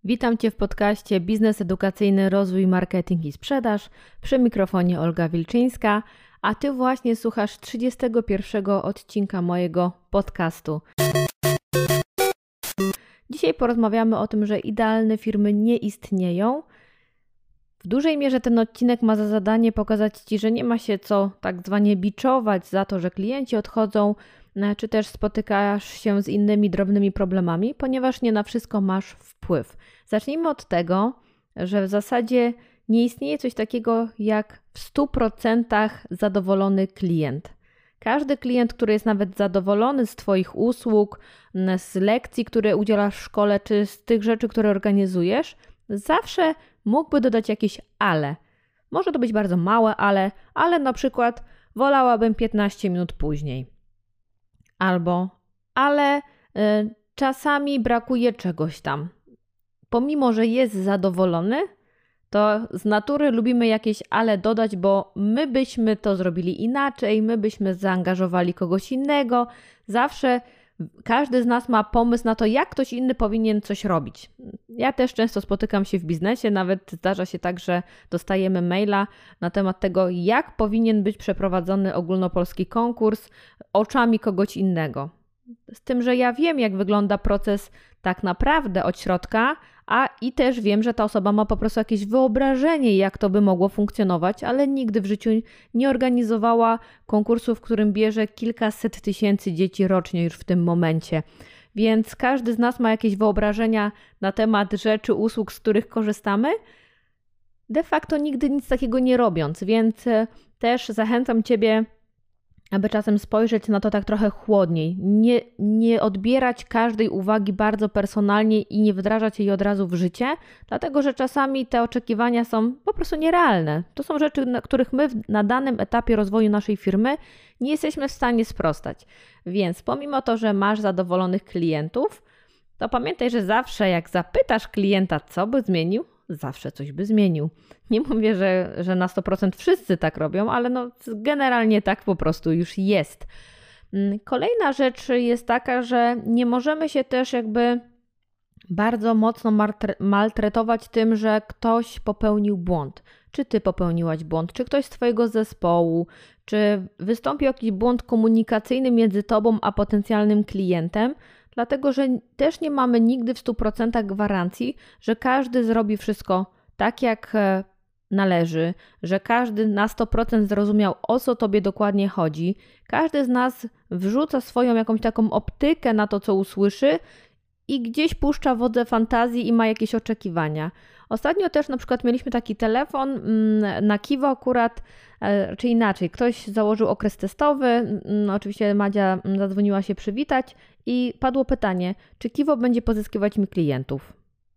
Witam Cię w podcaście Biznes Edukacyjny, Rozwój, Marketing i Sprzedaż. Przy mikrofonie Olga Wilczyńska, a Ty właśnie słuchasz 31 odcinka mojego podcastu. Dzisiaj porozmawiamy o tym, że idealne firmy nie istnieją. W dużej mierze ten odcinek ma za zadanie pokazać Ci, że nie ma się co tak zwanie biczować za to, że klienci odchodzą, czy też spotykasz się z innymi drobnymi problemami, ponieważ nie na wszystko masz wpływ. Zacznijmy od tego, że w zasadzie nie istnieje coś takiego jak w 100% zadowolony klient. Każdy klient, który jest nawet zadowolony z Twoich usług, z lekcji, które udzielasz w szkole, czy z tych rzeczy, które organizujesz, zawsze mógłby dodać jakieś ale. Może to być bardzo małe ale na przykład wolałabym 15 minut później. Albo czasami brakuje czegoś tam. Pomimo, że jest zadowolony, to z natury lubimy jakieś ale dodać, bo my byśmy to zrobili inaczej, my byśmy zaangażowali kogoś innego. Zawsze każdy z nas ma pomysł na to, jak ktoś inny powinien coś robić. Ja też często spotykam się w biznesie, nawet zdarza się tak, że dostajemy maila na temat tego, jak powinien być przeprowadzony ogólnopolski konkurs oczami kogoś innego. Z tym, że ja wiem, jak wygląda proces tak naprawdę od środka, i też wiem, że ta osoba ma po prostu jakieś wyobrażenie, jak to by mogło funkcjonować, ale nigdy w życiu nie organizowała konkursu, w którym bierze kilkaset tysięcy dzieci rocznie już w tym momencie. Więc każdy z nas ma jakieś wyobrażenia na temat rzeczy, usług, z których korzystamy, de facto nigdy nic takiego nie robiąc, więc też zachęcam Ciebie, aby czasem spojrzeć na to tak trochę chłodniej, nie odbierać każdej uwagi bardzo personalnie i nie wdrażać jej od razu w życie, dlatego że czasami te oczekiwania są po prostu nierealne. To są rzeczy, na których my na danym etapie rozwoju naszej firmy nie jesteśmy w stanie sprostać. Więc pomimo to, że masz zadowolonych klientów, to pamiętaj, że zawsze jak zapytasz klienta, co by zmienił, zawsze coś by zmienił. Nie mówię, że na 100% wszyscy tak robią, ale generalnie tak po prostu już jest. Kolejna rzecz jest taka, że nie możemy się też jakby bardzo mocno maltretować tym, że ktoś popełnił błąd. Czy Ty popełniłaś błąd, czy ktoś z Twojego zespołu, czy wystąpił jakiś błąd komunikacyjny między Tobą a potencjalnym klientem, dlatego że też nie mamy nigdy w 100% gwarancji, że każdy zrobi wszystko tak, jak należy, że każdy na 100% zrozumiał, o co Tobie dokładnie chodzi. Każdy z nas wrzuca swoją jakąś taką optykę na to, co usłyszy i gdzieś puszcza wodze fantazji i ma jakieś oczekiwania. Ostatnio też na przykład mieliśmy taki telefon na Kiwo akurat, czy inaczej, ktoś założył okres testowy, oczywiście Madzia zadzwoniła się przywitać i padło pytanie, czy Kiwo będzie pozyskiwać mi klientów.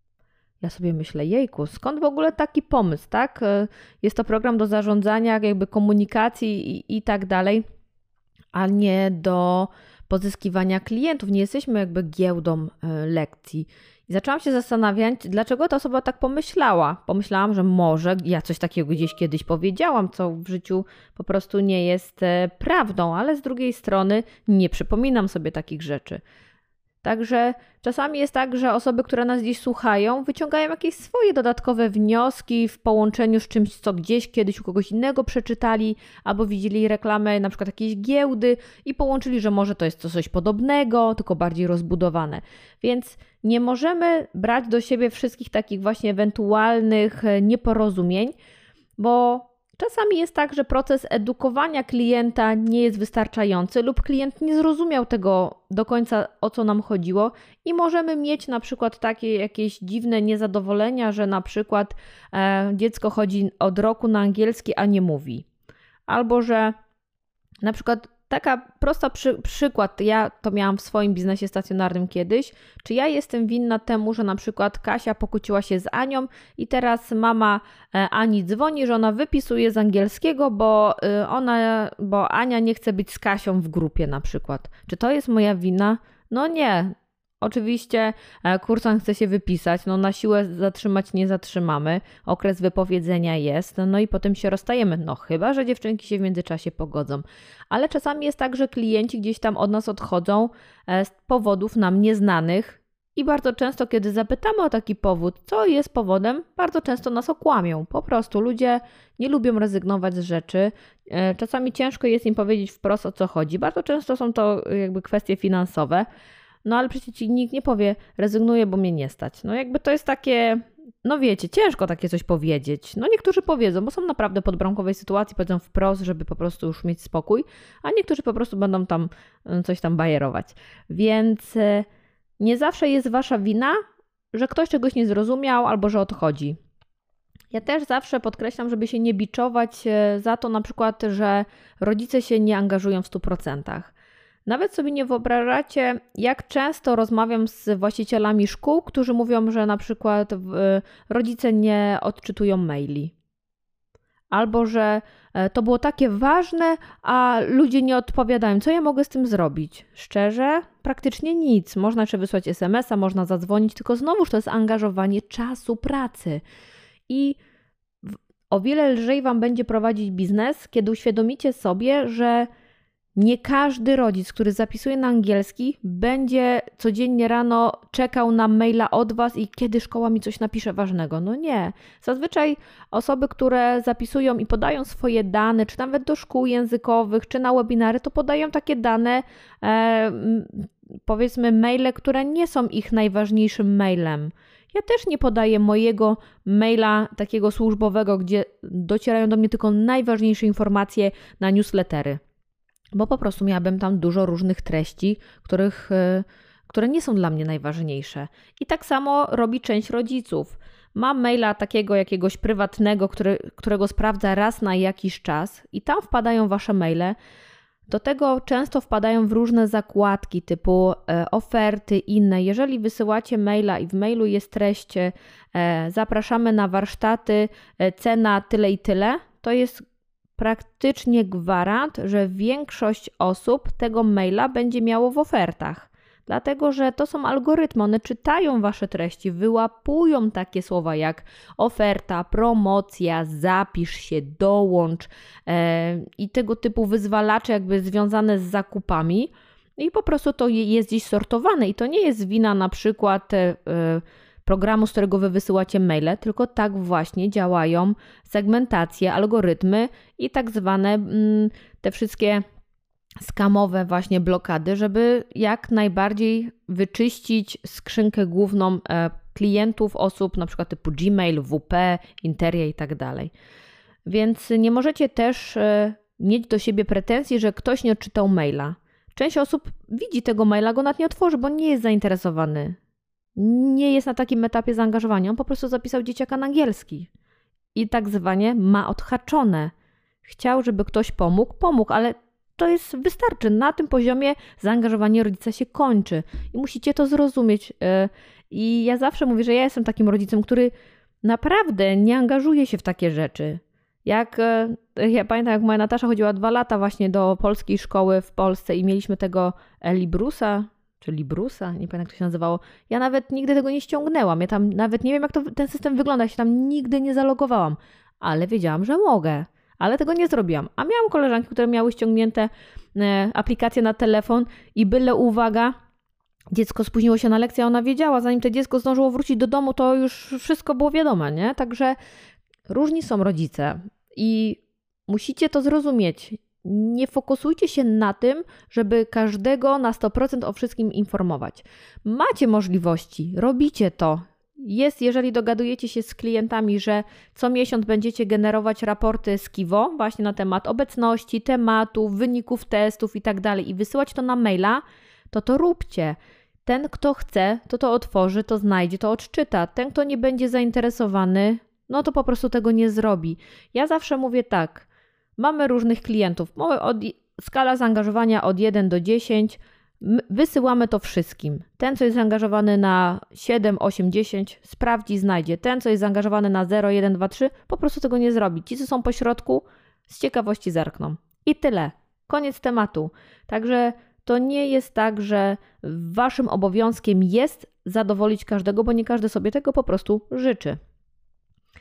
Ja sobie myślę, jejku, skąd w ogóle taki pomysł, tak? Jest to program do zarządzania, jakby komunikacji i tak dalej, a nie do pozyskiwania klientów. Nie jesteśmy jakby giełdą lekcji. I zaczęłam się zastanawiać, dlaczego ta osoba tak pomyślała. Pomyślałam, że może ja coś takiego gdzieś kiedyś powiedziałam, co w życiu po prostu nie jest prawdą, ale z drugiej strony nie przypominam sobie takich rzeczy. Także czasami jest tak, że osoby, które nas gdzieś słuchają, wyciągają jakieś swoje dodatkowe wnioski w połączeniu z czymś, co gdzieś kiedyś u kogoś innego przeczytali, albo widzieli reklamę na przykład jakiejś giełdy i połączyli, że może to jest coś podobnego, tylko bardziej rozbudowane. Więc nie możemy brać do siebie wszystkich takich właśnie ewentualnych nieporozumień, bo czasami jest tak, że proces edukowania klienta nie jest wystarczający lub klient nie zrozumiał tego do końca, o co nam chodziło i możemy mieć na przykład takie jakieś dziwne niezadowolenia, że na przykład dziecko chodzi od roku na angielski, a nie mówi. Albo że na przykład taka prosta przykład, ja to miałam w swoim biznesie stacjonarnym kiedyś, czy ja jestem winna temu, że na przykład Kasia pokłóciła się z Anią i teraz mama Ani dzwoni, że ona wypisuje z angielskiego, bo Ania nie chce być z Kasią w grupie na przykład. Czy to jest moja wina? No nie. Oczywiście kursant chce się wypisać, na siłę zatrzymać nie zatrzymamy, okres wypowiedzenia jest, i potem się rozstajemy, chyba że dziewczynki się w międzyczasie pogodzą. Ale czasami jest tak, że klienci gdzieś tam od nas odchodzą z powodów nam nieznanych I bardzo często, kiedy zapytamy o taki powód, co jest powodem, bardzo często nas okłamią. Po prostu ludzie nie lubią rezygnować z rzeczy. Czasami ciężko jest im powiedzieć wprost, o co chodzi. Bardzo często są to jakby kwestie finansowe. No ale przecież ci nikt nie powie, rezygnuję, bo mnie nie stać. No jakby to jest takie, no wiecie, ciężko takie coś powiedzieć. No niektórzy powiedzą, bo są naprawdę pod bramkowej sytuacji, powiedzą wprost, żeby po prostu już mieć spokój, a niektórzy po prostu będą tam coś tam bajerować. Więc nie zawsze jest wasza wina, że ktoś czegoś nie zrozumiał albo że odchodzi. Ja też zawsze podkreślam, żeby się nie biczować za to na przykład, że rodzice się nie angażują w 100%. Nawet sobie nie wyobrażacie, jak często rozmawiam z właścicielami szkół, którzy mówią, że na przykład rodzice nie odczytują maili. Albo że to było takie ważne, a ludzie nie odpowiadają. Co ja mogę z tym zrobić? Szczerze? Praktycznie nic. Można jeszcze wysłać SMS-a, można zadzwonić, tylko znowuż to jest angażowanie czasu pracy. I o wiele lżej wam będzie prowadzić biznes, kiedy uświadomicie sobie, że nie każdy rodzic, który zapisuje na angielski, będzie codziennie rano czekał na maila od was i kiedy szkoła mi coś napisze ważnego. No nie. Zazwyczaj osoby, które zapisują i podają swoje dane, czy nawet do szkół językowych, czy na webinary, to podają takie dane, powiedzmy maile, które nie są ich najważniejszym mailem. Ja też nie podaję mojego maila takiego służbowego, gdzie docierają do mnie tylko najważniejsze informacje na newslettery. Bo po prostu miałabym tam dużo różnych treści, które nie są dla mnie najważniejsze. I tak samo robi część rodziców. Mam maila takiego jakiegoś prywatnego, którego sprawdza raz na jakiś czas i tam wpadają wasze maile. Do tego często wpadają w różne zakładki typu oferty, inne. Jeżeli wysyłacie maila i w mailu jest treść zapraszamy na warsztaty, cena tyle i tyle, to jest praktycznie gwarant, że większość osób tego maila będzie miało w ofertach. Dlatego, że to są algorytmy, one czytają wasze treści, wyłapują takie słowa jak oferta, promocja, zapisz się, dołącz i tego typu wyzwalacze jakby związane z zakupami i po prostu to jest gdzieś sortowane i to nie jest wina na przykład programu, z którego wy wysyłacie maile, tylko tak właśnie działają segmentacje, algorytmy i tak zwane te wszystkie skamowe właśnie blokady, żeby jak najbardziej wyczyścić skrzynkę główną klientów, osób na przykład typu Gmail, WP, Interia i tak dalej. Więc nie możecie też mieć do siebie pretensji, że ktoś nie odczytał maila. Część osób widzi tego maila, go nawet nie otworzy, bo nie jest zainteresowany. Nie jest na takim etapie zaangażowania. On po prostu zapisał dzieciaka na angielski i tak zwanie ma odhaczone. Chciał, żeby ktoś pomógł, ale to wystarczy. Na tym poziomie zaangażowanie rodzica się kończy i musicie to zrozumieć. I ja zawsze mówię, że ja jestem takim rodzicem, który naprawdę nie angażuje się w takie rzeczy. Ja pamiętam, jak moja Natasza chodziła 2 lata właśnie do polskiej szkoły w Polsce i mieliśmy tego Librusa, czy Librusa, nie pamiętam jak to się nazywało. Ja nawet nigdy tego nie ściągnęłam. Ja tam nawet nie wiem, jak ten system wygląda. Ja się tam nigdy nie zalogowałam, ale wiedziałam, że mogę. Ale tego nie zrobiłam. A miałam koleżanki, które miały ściągnięte aplikacje na telefon i byle uwaga, dziecko spóźniło się na lekcję, a ona wiedziała, zanim to dziecko zdążyło wrócić do domu, to już wszystko było wiadome, nie? Także różni są rodzice i musicie to zrozumieć. Nie fokusujcie się na tym, żeby każdego na 100% o wszystkim informować. Macie możliwości, robicie to. Jeżeli dogadujecie się z klientami, że co miesiąc będziecie generować raporty z Kivo właśnie na temat obecności, tematów, wyników testów i tak dalej i wysyłać to na maila, to róbcie. Ten, kto chce, to otworzy, to znajdzie, to odczyta. Ten, kto nie będzie zainteresowany, no to po prostu tego nie zrobi. Ja zawsze mówię tak, mamy różnych klientów, skala zaangażowania od 1 do 10, wysyłamy to wszystkim. Ten, co jest zaangażowany na 7, 8, 10, sprawdzi, znajdzie. Ten, co jest zaangażowany na 0, 1, 2, 3, po prostu tego nie zrobi. Ci, co są po środku, z ciekawości zerkną. I tyle. Koniec tematu. Także to nie jest tak, że waszym obowiązkiem jest zadowolić każdego, bo nie każdy sobie tego po prostu życzy.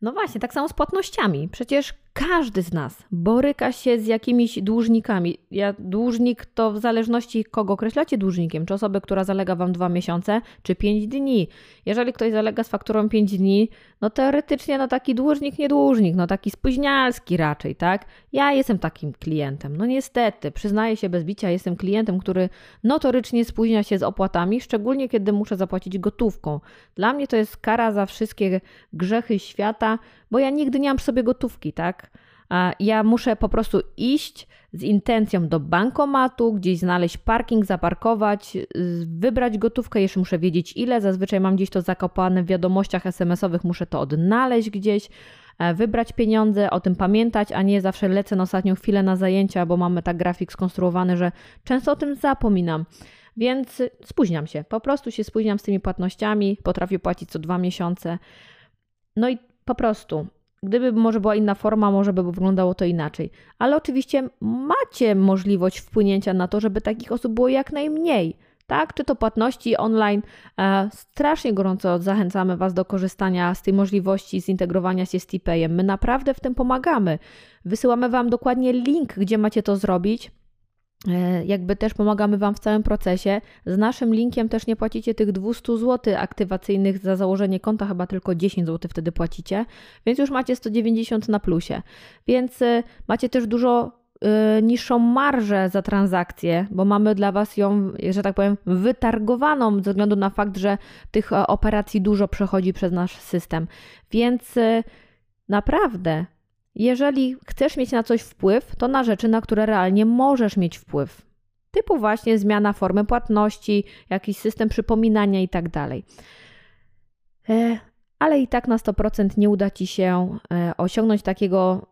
No właśnie, tak samo z płatnościami. Przecież każdy z nas boryka się z jakimiś dłużnikami. Dłużnik to w zależności kogo określacie dłużnikiem, czy osoby, która zalega Wam 2 miesiące, czy 5 dni. Jeżeli ktoś zalega z fakturą 5 dni, no teoretycznie taki dłużnik, nie dłużnik, taki spóźnialski raczej, tak? Ja jestem takim klientem. No niestety, przyznaję się bez bicia, jestem klientem, który notorycznie spóźnia się z opłatami, szczególnie kiedy muszę zapłacić gotówką. Dla mnie to jest kara za wszystkie grzechy świata, bo ja nigdy nie mam przy sobie gotówki, tak? Ja muszę po prostu iść z intencją do bankomatu, gdzieś znaleźć parking, zaparkować, wybrać gotówkę, jeszcze muszę wiedzieć ile, zazwyczaj mam gdzieś to zakopane w wiadomościach SMS-owych, muszę to odnaleźć gdzieś, wybrać pieniądze, o tym pamiętać, a nie zawsze lecę na ostatnią chwilę na zajęcia, bo mamy tak grafik skonstruowany, że często o tym zapominam. Więc spóźniam się, po prostu się spóźniam z tymi płatnościami, potrafię płacić co 2 miesiące. No i po prostu, gdyby może była inna forma, może by wyglądało to inaczej. Ale oczywiście macie możliwość wpłynięcia na to, żeby takich osób było jak najmniej. Tak? Czy to płatności online. Strasznie gorąco zachęcamy Was do korzystania z tej możliwości zintegrowania się z TPayem. My naprawdę w tym pomagamy. Wysyłamy Wam dokładnie link, gdzie macie to zrobić. Jakby też pomagamy Wam w całym procesie. Z naszym linkiem też nie płacicie tych 200 zł aktywacyjnych za założenie konta, chyba tylko 10 zł wtedy płacicie, więc już macie 190 na plusie. Więc macie też dużo niższą marżę za transakcję, bo mamy dla Was ją, że tak powiem, wytargowaną ze względu na fakt, że tych operacji dużo przechodzi przez nasz system. Więc naprawdę, jeżeli chcesz mieć na coś wpływ, to na rzeczy, na które realnie możesz mieć wpływ. Typu właśnie zmiana formy płatności, jakiś system przypominania i tak dalej. Ale i tak na 100% nie uda Ci się osiągnąć takiego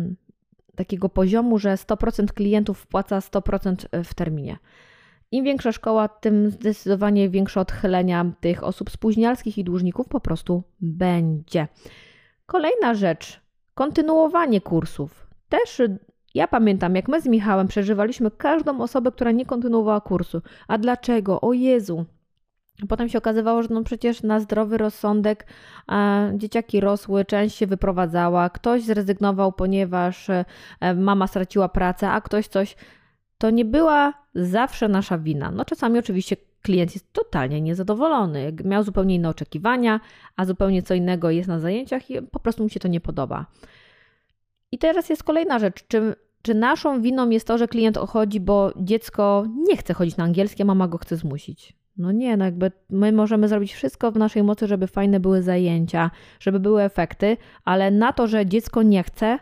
poziomu, że 100% klientów wpłaca 100% w terminie. Im większa szkoła, tym zdecydowanie większe odchylenia tych osób spóźnialskich i dłużników po prostu będzie. Kolejna rzecz. Kontynuowanie kursów. Też ja pamiętam, jak my z Michałem przeżywaliśmy każdą osobę, która nie kontynuowała kursu. A dlaczego? O Jezu! Potem się okazywało, że przecież na zdrowy rozsądek dzieciaki rosły, część się wyprowadzała, ktoś zrezygnował, ponieważ mama straciła pracę, a ktoś coś. To nie była zawsze nasza wina. Czasami oczywiście klient jest totalnie niezadowolony, miał zupełnie inne oczekiwania, a zupełnie co innego jest na zajęciach i po prostu mu się to nie podoba. I teraz jest kolejna rzecz. Czy naszą winą jest to, że klient odchodzi, bo dziecko nie chce chodzić na angielski, a mama go chce zmusić? No nie, jakby my możemy zrobić wszystko w naszej mocy, żeby fajne były zajęcia, żeby były efekty, ale na to, że dziecko nie chce,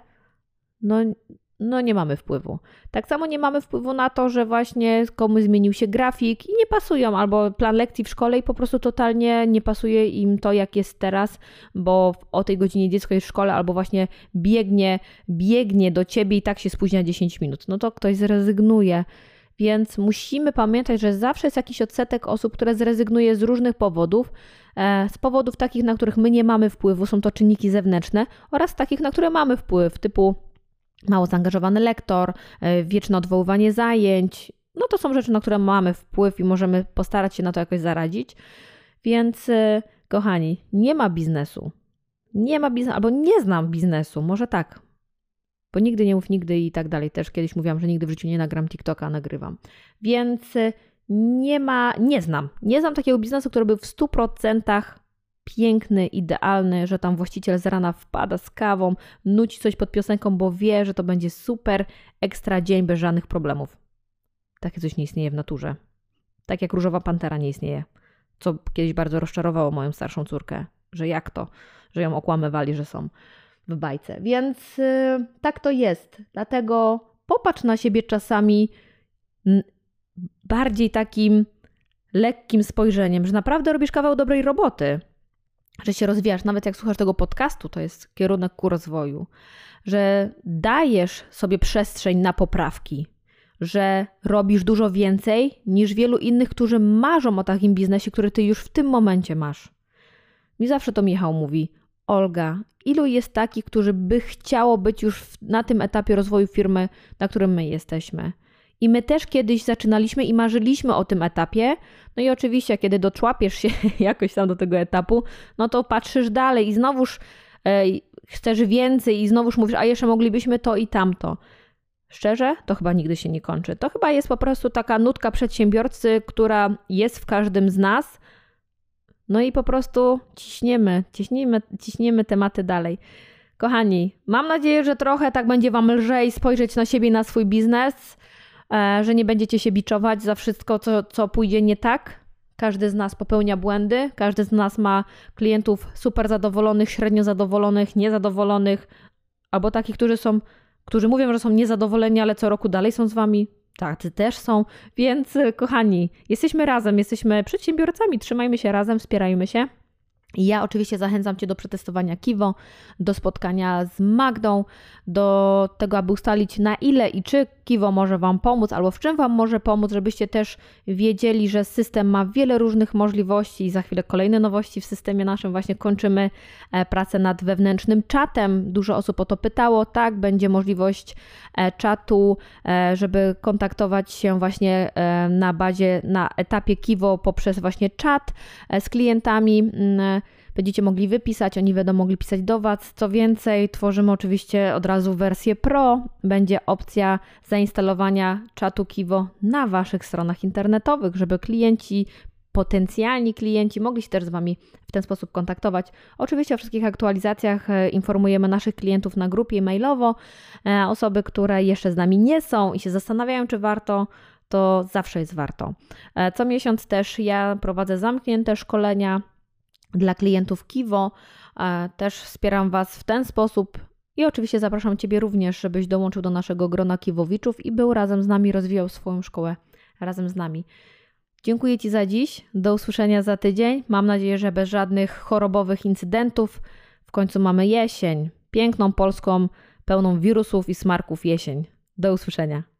no nie mamy wpływu. Tak samo nie mamy wpływu na to, że właśnie komuś zmienił się grafik i nie pasują, albo plan lekcji w szkole i po prostu totalnie nie pasuje im to, jak jest teraz, bo o tej godzinie dziecko jest w szkole, albo właśnie biegnie do Ciebie i tak się spóźnia 10 minut. No to ktoś zrezygnuje. Więc musimy pamiętać, że zawsze jest jakiś odsetek osób, które zrezygnuje z różnych powodów. Z powodów takich, na których my nie mamy wpływu, są to czynniki zewnętrzne, oraz takich, na które mamy wpływ, typu mało zaangażowany lektor, wieczne odwoływanie zajęć. To są rzeczy, na które mamy wpływ i możemy postarać się na to jakoś zaradzić. Więc kochani, nie ma biznesu. Albo nie znam biznesu, może tak. Bo nigdy nie mów nigdy i tak dalej. Też kiedyś mówiłam, że nigdy w życiu nie nagram TikToka, a nagrywam. Więc nie znam takiego biznesu, który był w 100% piękny, idealny, że tam właściciel z rana wpada z kawą, nuci coś pod piosenką, bo wie, że to będzie super ekstra dzień bez żadnych problemów. Takie coś nie istnieje w naturze. Tak jak różowa pantera nie istnieje. Co kiedyś bardzo rozczarowało moją starszą córkę, że jak to, że ją okłamywali, że są w bajce. Więc tak to jest. Dlatego popatrz na siebie czasami bardziej takim lekkim spojrzeniem, że naprawdę robisz kawał dobrej roboty, że się rozwijasz. Nawet jak słuchasz tego podcastu, to jest kierunek ku rozwoju, że dajesz sobie przestrzeń na poprawki, że robisz dużo więcej niż wielu innych, którzy marzą o takim biznesie, który ty już w tym momencie masz. Mi zawsze to Michał mówi: Olga, ilu jest takich, którzy by chciało być już na tym etapie rozwoju firmy, na którym my jesteśmy? I my też kiedyś zaczynaliśmy i marzyliśmy o tym etapie. No i oczywiście, kiedy doczłapiesz się jakoś tam do tego etapu, no to patrzysz dalej i znowuż chcesz więcej i znowuż mówisz, a jeszcze moglibyśmy to i tamto. Szczerze, to chyba nigdy się nie kończy. To chyba jest po prostu taka nutka przedsiębiorcy, która jest w każdym z nas. No i po prostu ciśniemy tematy dalej. Kochani, mam nadzieję, że trochę tak będzie wam lżej spojrzeć na siebie i na swój biznes, że nie będziecie się biczować za wszystko, co pójdzie nie tak. Każdy z nas popełnia błędy, każdy z nas ma klientów super zadowolonych, średnio zadowolonych, niezadowolonych, albo takich, którzy mówią, że są niezadowoleni, ale co roku dalej są z wami. Tacy też są, więc kochani, jesteśmy razem, jesteśmy przedsiębiorcami, trzymajmy się razem, wspierajmy się. I ja oczywiście zachęcam Cię do przetestowania Kivo, do spotkania z Magdą, do tego, aby ustalić na ile i czy Kivo może Wam pomóc, albo w czym Wam może pomóc, żebyście też wiedzieli, że system ma wiele różnych możliwości i za chwilę kolejne nowości w systemie naszym. Właśnie kończymy pracę nad wewnętrznym czatem. Dużo osób o to pytało. Tak, będzie możliwość czatu, żeby kontaktować się właśnie na etapie Kivo poprzez właśnie czat z klientami. Będziecie mogli wypisać, oni będą mogli pisać do Was. Co więcej, tworzymy oczywiście od razu wersję Pro. Będzie opcja zainstalowania czatu Kivo na Waszych stronach internetowych, żeby potencjalni klienci mogli się też z Wami w ten sposób kontaktować. Oczywiście o wszystkich aktualizacjach informujemy naszych klientów na grupie mailowo. Osoby, które jeszcze z nami nie są i się zastanawiają, czy warto, to zawsze jest warto. Co miesiąc też ja prowadzę zamknięte szkolenia dla klientów Kivo. Też wspieram Was w ten sposób i oczywiście zapraszam Ciebie również, żebyś dołączył do naszego grona Kiwowiczów i był razem z nami, rozwijał swoją szkołę razem z nami. Dziękuję Ci za dziś. Do usłyszenia za tydzień. Mam nadzieję, że bez żadnych chorobowych incydentów. W końcu mamy jesień. Piękną polską, pełną wirusów i smarków jesień. Do usłyszenia.